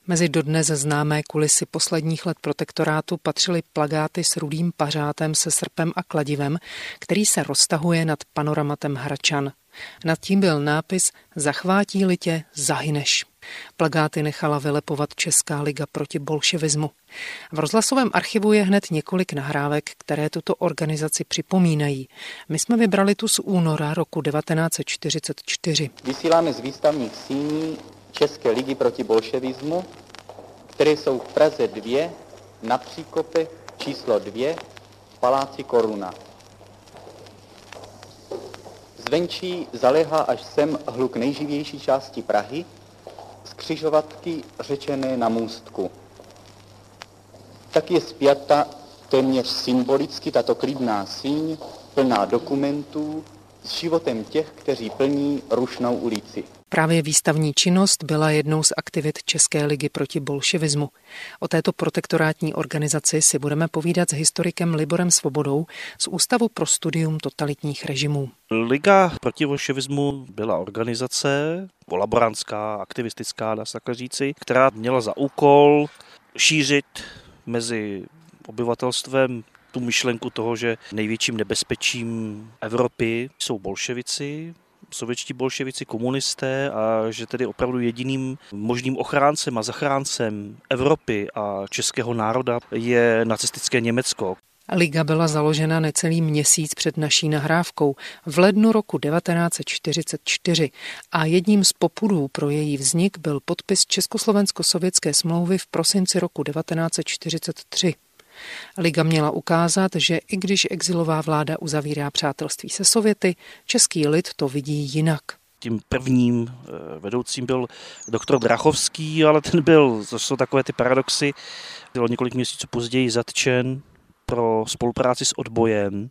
Mezi dodnes známé kulisy posledních let protektorátu patřily plakáty s rudým pařátem se srpem a kladivem, který se roztahuje nad panoramatem Hradčan. Nad tím byl nápis Zachvátí-li tě, zahyneš. Plakáty nechala vylepovat Česká liga proti bolševismu. V rozhlasovém archivu je hned několik nahrávek, které tuto organizaci připomínají. My jsme vybrali tu z února roku 1944. Vysíláme z výstavních síní České ligy proti bolševismu, které jsou v Praze 2 na Příkopech číslo 2 v Paláci Koruna. Zvenčí zaléhá až sem hluk nejživější části Prahy, z křižovatky řečené na můstku. Tak je spjata téměř symbolicky tato klidná síň, plná dokumentů, s životem těch, kteří plní Rušnou ulici. Právě výstavní činnost byla jednou z aktivit České ligy proti bolševismu. O této protektorátní organizaci si budeme povídat s historikem Liborem Svobodou z Ústavu pro studium totalitních režimů. Liga proti bolševismu byla organizace kolaborantská, aktivistická, dá se takhle říci, která měla za úkol šířit mezi obyvatelstvem tu myšlenku toho, že největším nebezpečím Evropy jsou bolševici, sovětští bolševici, komunisté a že tedy opravdu jediným možným ochráncem a zachráncem Evropy a českého národa je nacistické Německo. Liga byla založena necelý měsíc před naší nahrávkou v lednu roku 1944 a jedním z popudů pro její vznik byl podpis Československo-sovětské smlouvy v prosinci roku 1943. Liga měla ukázat, že i když exilová vláda uzavírá přátelství se Sověty, český lid to vidí jinak. Tím prvním vedoucím byl doktor Drachovský, ale ten byl, to jsou takové ty paradoxy, byl několik měsíců později zatčen pro spolupráci s odbojem.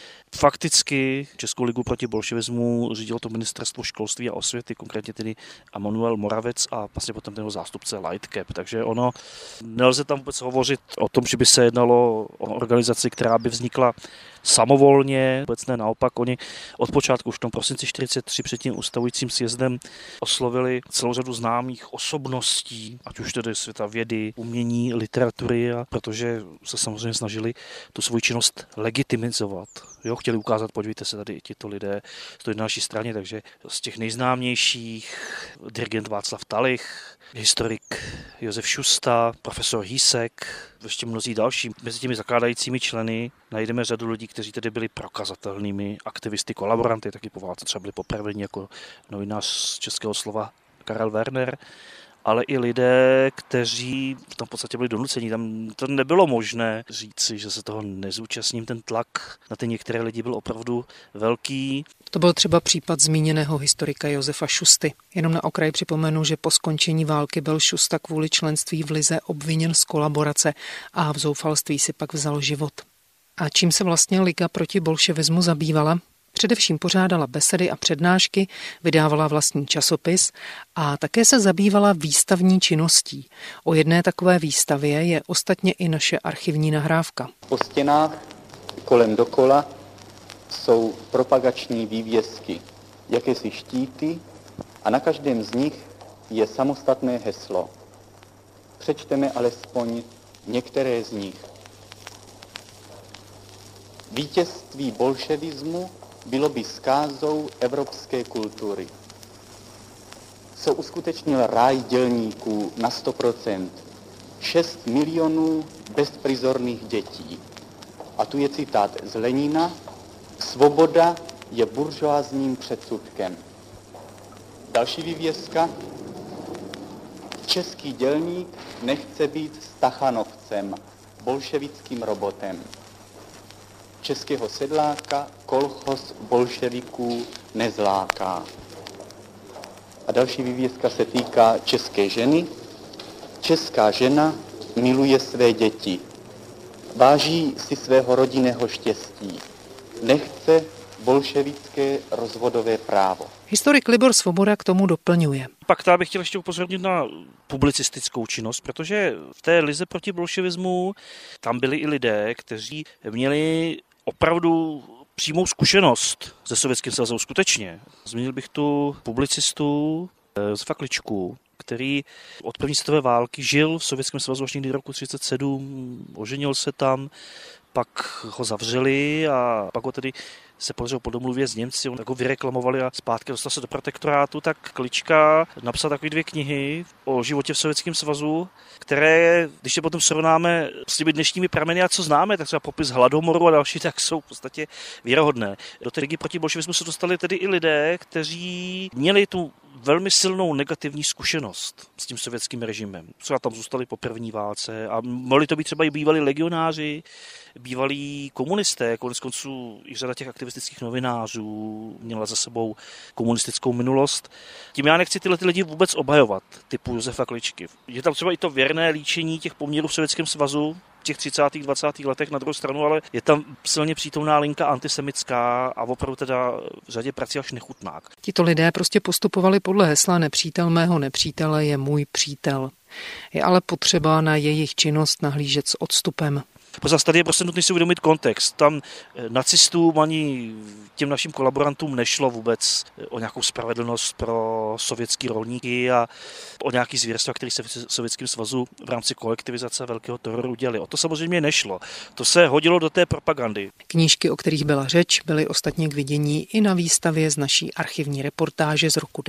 Fakticky Českou ligu proti bolševismu řídilo to ministerstvo školství a osvěty, konkrétně tedy Emanuel Moravec a vlastně potom ten zástupce Lightcap. Takže nelze tam vůbec hovořit o tom, že by se jednalo o organizaci, která by vznikla samovolně. Vůbec ne, naopak oni od počátku už v tom prosinci 1943 před tím ustavujícím sjezdem oslovili celou řadu známých osobností, ať už tedy světa vědy, umění, literatury, a protože se samozřejmě snažili tu svoji činnost legitimizovat. Jo, chtěli ukázat, podívejte se, tady tito lidé stojí na naší straně, takže z těch nejznámějších dirigent Václav Talich, historik Josef Šusta, profesor Hýsek, ještě mnozí další. Mezi těmi zakládajícími členy najdeme řadu lidí, kteří tedy byli prokazatelnými aktivisty, kolaboranty, taky po válce třeba byli popraveni jako novinář z Českého slova Karel Werner, ale i lidé, kteří tam v podstatě byli donuceni. Tam to nebylo možné říci, že se toho nezúčastním. Ten tlak na ty některé lidi byl opravdu velký. To byl třeba případ zmíněného historika Josefa Šusty. Jenom na okraj připomenu, že po skončení války byl Šusta kvůli členství v Lize obviněn z kolaborace a v zoufalství si pak vzal život. A čím se vlastně Liga proti bolševismu zabývala? Především pořádala besedy a přednášky, vydávala vlastní časopis a také se zabývala výstavní činností. O jedné takové výstavě je ostatně i naše archivní nahrávka. Po stěnách kolem dokola jsou propagační vývězky, jakési štíty a na každém z nich je samostatné heslo. Přečteme alespoň některé z nich. Vítězství bolševismu bylo by zkázou evropské kultury. Se uskutečnil ráj dělníků na 100%. 6 milionů bezprizorných dětí. A tu je citát z Lenina. Svoboda je buržoázním předsudkem. Další vývězka. Český dělník nechce být stachanovcem, bolševickým robotem. Českého sedláka kolchos bolševiků nezláká. A další vývězka se týká české ženy. Česká žena miluje své děti. Váží si svého rodinného štěstí. Nechce bolševické rozvodové právo. Historik Libor Svoboda k tomu doplňuje. Pak bych chtěl ještě upozornit na publicistickou činnost, protože v té lize proti bolševismu tam byli i lidé, kteří měli opravdu přímou zkušenost se Sovětským svazem skutečně. Zmínil bych tu publicistu Josefa Kličku, který od první světové války žil v Sovětském svazu až někdy do roku 1937, oženil se tam, pak ho zavřeli a pak ho tedy se podařilo po domluvě s Němci, on tak ho vyreklamovali a zpátky dostal se do protektorátu, tak Klička napsal takové 2 knihy o životě v Sovětském svazu, které, když se potom srovnáme s těmi dnešními prameny a co známe, tak třeba popis hladomoru a další, tak jsou v podstatě věrohodné. Do té ligy proti bolševismu se dostali tedy i lidé, kteří měli tu velmi silnou negativní zkušenost s tím sovětským režimem. Třeba tam zůstali po první válce a mohli to být třeba i bývalí legionáři, bývalí komunisté, koneckonců i řada těch aktivistických novinářů měla za sebou komunistickou minulost. Tím já nechci tyhle lidi vůbec obhajovat, typu Josefa Kličky. Je tam třeba i to věrné líčení těch poměrů v Sovětském svazu, v těch 30. 20. letech na druhou stranu, ale je tam silně přítomná linka antisemitská a opravdu teda v řadě prací až nechutná. Tito lidé prostě postupovali podle hesla nepřítel mého nepřítele je můj přítel. Je ale potřeba na jejich činnost nahlížet s odstupem. Zase tady je prostě nutné si uvědomit kontext. Tam nacistům ani těm našim kolaborantům nešlo vůbec o nějakou spravedlnost pro sovětský rolníky a o nějaký zvěrstva, které se v Sovětském svazu v rámci kolektivizace velkého teroru děli. O to samozřejmě nešlo. To se hodilo do té propagandy. Knížky, o kterých byla řeč, byly ostatně k vidění i na výstavě z naší archivní reportáže z roku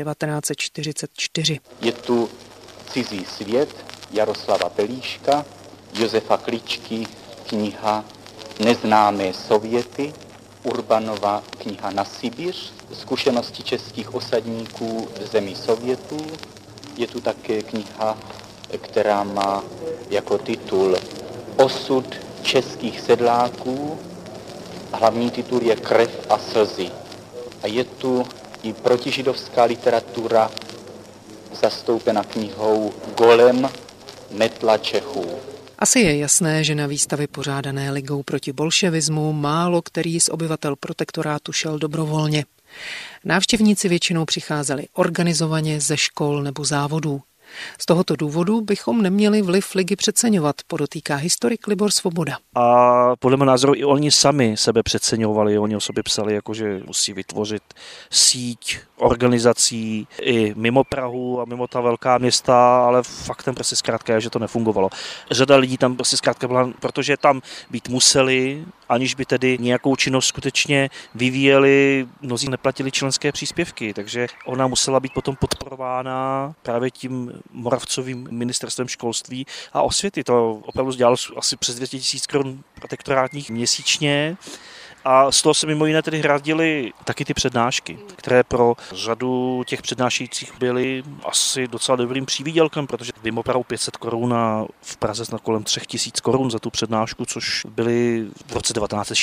1944. Je tu Cizí svět Jaroslava Pelíška, Josefa Kličky, kniha Neznámé Sověty, Urbanova kniha Na Sibiř, zkušenosti českých osadníků v zemi Sovětů. Je tu také kniha, která má jako titul Osud českých sedláků. Hlavní titul je Krev a slzy. A je tu i protižidovská literatura zastoupena knihou Golem metla Čechů. Asi je jasné, že na výstavy pořádané Ligou proti bolševismu málo který z obyvatel protektorátu šel dobrovolně. Návštěvníci většinou přicházeli organizovaně ze škol nebo závodů. Z tohoto důvodu bychom neměli vliv Ligy přeceňovat, podotýká historik Libor Svoboda. A podle mého názoru i oni sami sebe přeceňovali, oni o sobě psali, že musí vytvořit síť organizací i mimo Prahu a mimo ta velká města, ale faktem prostě zkrátka je, že to nefungovalo. Řada lidí tam prostě zkrátka byla, protože tam být museli, aniž by tedy nějakou činnost skutečně vyvíjeli, mnozí neplatili členské příspěvky, takže ona musela být potom podporována právě tím Moravcovým ministerstvem školství a osvěty. To opravdu dělalo asi přes 200 000 korun protektorátních měsíčně. A z toho se mimo jiné tedy hradily taky ty přednášky, které pro řadu těch přednášejících byly asi docela dobrým přívídělkem, protože vím opravdu 500 korun a v Praze na kolem 3000 korun za tu přednášku, což byly v roce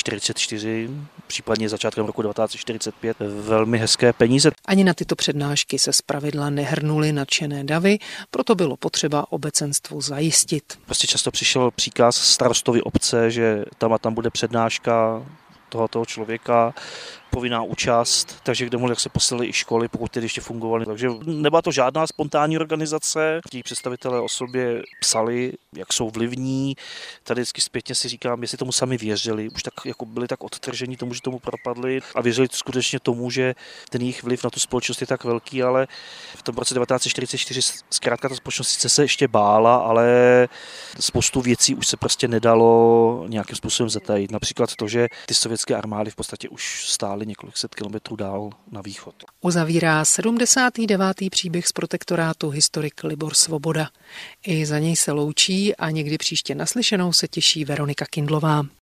1944, případně začátkem roku 1945, velmi hezké peníze. Ani na tyto přednášky se zpravidla nehrnuly nadšené davy, proto bylo potřeba obecenstvu zajistit. Prostě často přišel příkaz starostovi obce, že tam a tam bude přednáška tohoto člověka, povinná účast, takže kde mohli, jak se poslali i školy, pokud tedy ještě fungovaly. Takže nebyla to žádná spontánní organizace. Ti představitelé o sobě psali, jak jsou vlivní. Tady vždycky zpětně si říkám, jestli tomu sami věřili, už tak jako byli tak odtržení tomu, že tomu propadli a věřili skutečně tomu, že ten jejich vliv na tu společnost je tak velký, ale v tom roce 1944 zkrátka ta společnost sice se ještě bála, ale spoustu věcí už se prostě nedalo nějakým způsobem zatajit. Například to, že ty sovětské armády v podstatě už stály několik set kilometrů dál na východ. Uzavírá 79. příběh z protektorátu historik Libor Svoboda. I za něj se loučí a někdy příště naslyšenou se těší Veronika Kindlová.